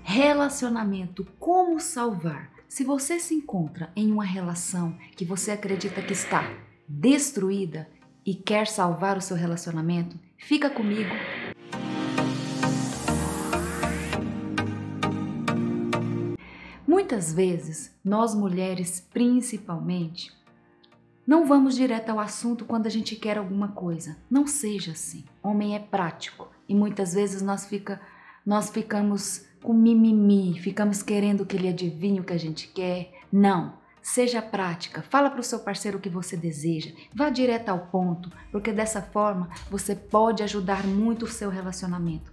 Relacionamento, como salvar? Se você se encontra em uma relação que você acredita que está destruída e quer salvar o seu relacionamento, fica comigo. Muitas vezes, nós mulheres principalmente, não vamos direto ao assunto quando a gente quer alguma coisa. Não seja assim. Homem é prático e muitas vezes nós ficamos com mimimi, ficamos querendo que ele adivinhe o que a gente quer. Não. Seja prática. Fala para o seu parceiro o que você deseja. Vá direto ao ponto, porque dessa forma você pode ajudar muito o seu relacionamento.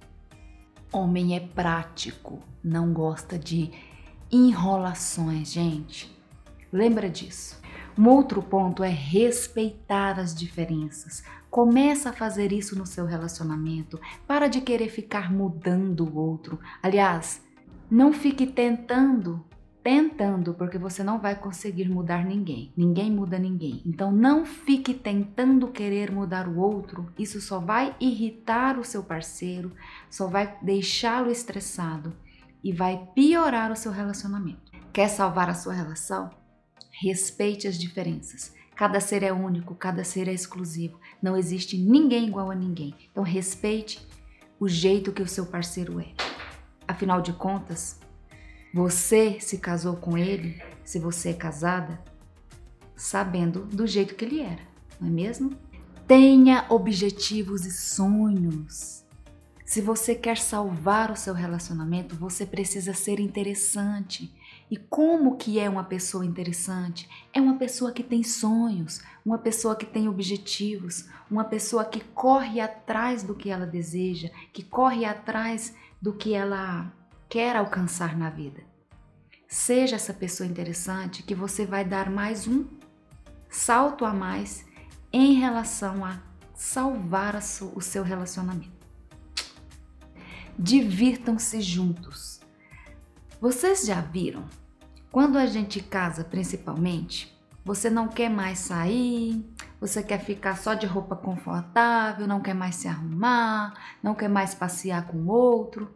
Homem é prático, não gosta de enrolações, gente. Lembra disso. Um outro ponto é respeitar as diferenças. Começa a fazer isso no seu relacionamento. Para de querer ficar mudando o outro. Aliás, não fique tentando, porque você não vai conseguir mudar ninguém. Ninguém muda ninguém. Então não fique tentando querer mudar o outro. Isso só vai irritar o seu parceiro, só vai deixá-lo estressado e vai piorar o seu relacionamento. Quer salvar a sua relação? Respeite as diferenças. Cada ser é único, cada ser é exclusivo. Não existe ninguém igual a ninguém. Então respeite o jeito que o seu parceiro é. Afinal de contas, você se casou com ele, se você é casada, sabendo do jeito que ele era, não é mesmo? Tenha objetivos e sonhos. Se você quer salvar o seu relacionamento, você precisa ser interessante. E como que é uma pessoa interessante? É uma pessoa que tem sonhos, uma pessoa que tem objetivos, uma pessoa que corre atrás do que ela deseja, que corre atrás do que ela quer alcançar na vida. Seja essa pessoa interessante que você vai dar mais um salto a mais em relação a salvar o seu relacionamento. Divirtam-se juntos. Vocês já viram? Quando a gente casa, principalmente, você não quer mais sair, você quer ficar só de roupa confortável, não quer mais se arrumar, não quer mais passear com o outro.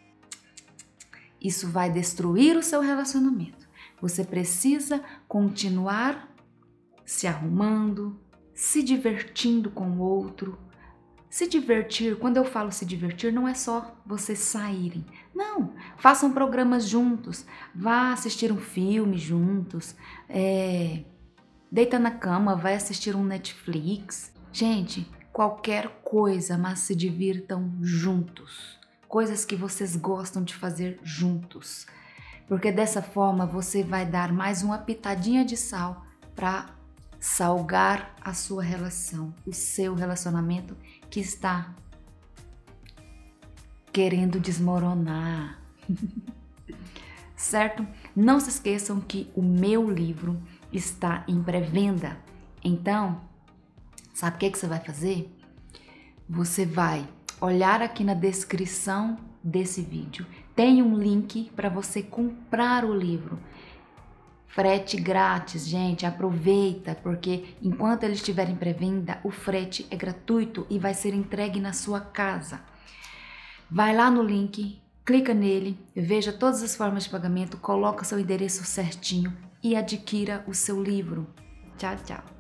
Isso vai destruir o seu relacionamento. Você precisa continuar se arrumando, se divertindo com o outro. Se divertir, quando eu falo se divertir, não é só vocês saírem. Não, façam programas juntos, vá assistir um filme juntos, deita na cama, vai assistir um Netflix. Gente, qualquer coisa, mas se divirtam juntos. Coisas que vocês gostam de fazer juntos. Porque dessa forma você vai dar mais uma pitadinha de sal para salgar a sua relação, o seu relacionamento que está querendo desmoronar. Certo? Não se esqueçam que o meu livro está em pré-venda. Então, sabe o que você vai fazer? Você vai olhar aqui na descrição desse vídeo. Tem um link para você comprar o livro. Frete grátis, gente, aproveita, porque enquanto ele estiver em pré-venda, o frete é gratuito e vai ser entregue na sua casa. Vai lá no link, clica nele, veja todas as formas de pagamento, coloca seu endereço certinho e adquira o seu livro. Tchau, tchau!